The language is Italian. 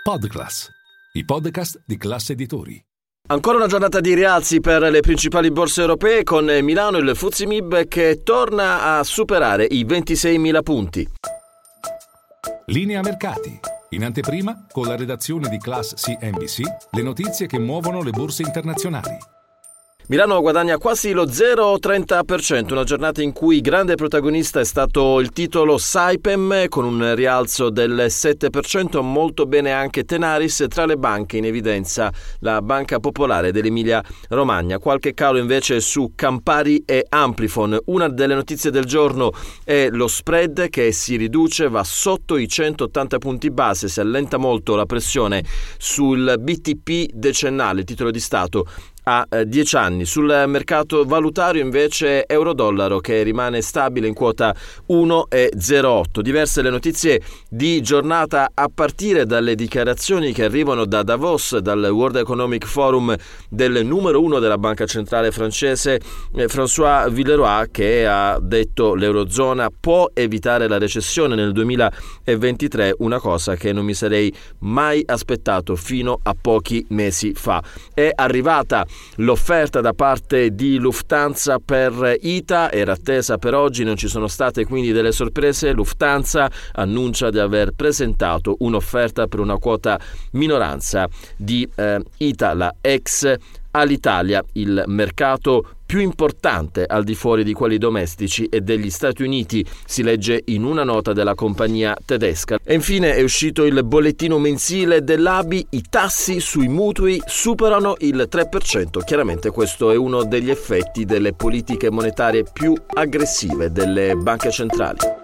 Podclass, i podcast di Class Editori. Ancora una giornata di rialzi per le principali borse europee, con Milano il FTSE MIB che torna a superare i 26.000 punti. Linea mercati. In anteprima, con la redazione di Class CNBC, le notizie che muovono le borse internazionali. Milano guadagna quasi lo 0,30%, una giornata in cui grande protagonista è stato il titolo Saipem con un rialzo del 7%, molto bene anche Tenaris, tra le banche in evidenza la Banca Popolare dell'Emilia Romagna. Qualche calo invece su Campari e Amplifon. Una delle notizie del giorno è lo spread che si riduce, va sotto i 180 punti base, si allenta molto la pressione sul BTP decennale, titolo di Stato a 10 anni. Sul mercato valutario invece euro-dollaro che rimane stabile in quota 1,08. Diverse le notizie di giornata, a partire dalle dichiarazioni che arrivano da Davos, dal World Economic Forum, del numero 1 della banca centrale francese, François Villeroy, che ha detto l'Eurozona può evitare la recessione nel 2023, una cosa che non mi sarei mai aspettato fino a pochi mesi fa. È arrivata l'offerta da parte di Lufthansa per ITA, era attesa per oggi, non ci sono state quindi delle sorprese. Lufthansa annuncia di aver presentato un'offerta per una quota minoranza di ITA, la ex Alitalia, il mercato più importante al di fuori di quelli domestici e degli Stati Uniti, si legge in una nota della compagnia tedesca. E infine è uscito il bollettino mensile dell'ABI, i tassi sui mutui superano il 3%. Chiaramente questo è uno degli effetti delle politiche monetarie più aggressive delle banche centrali.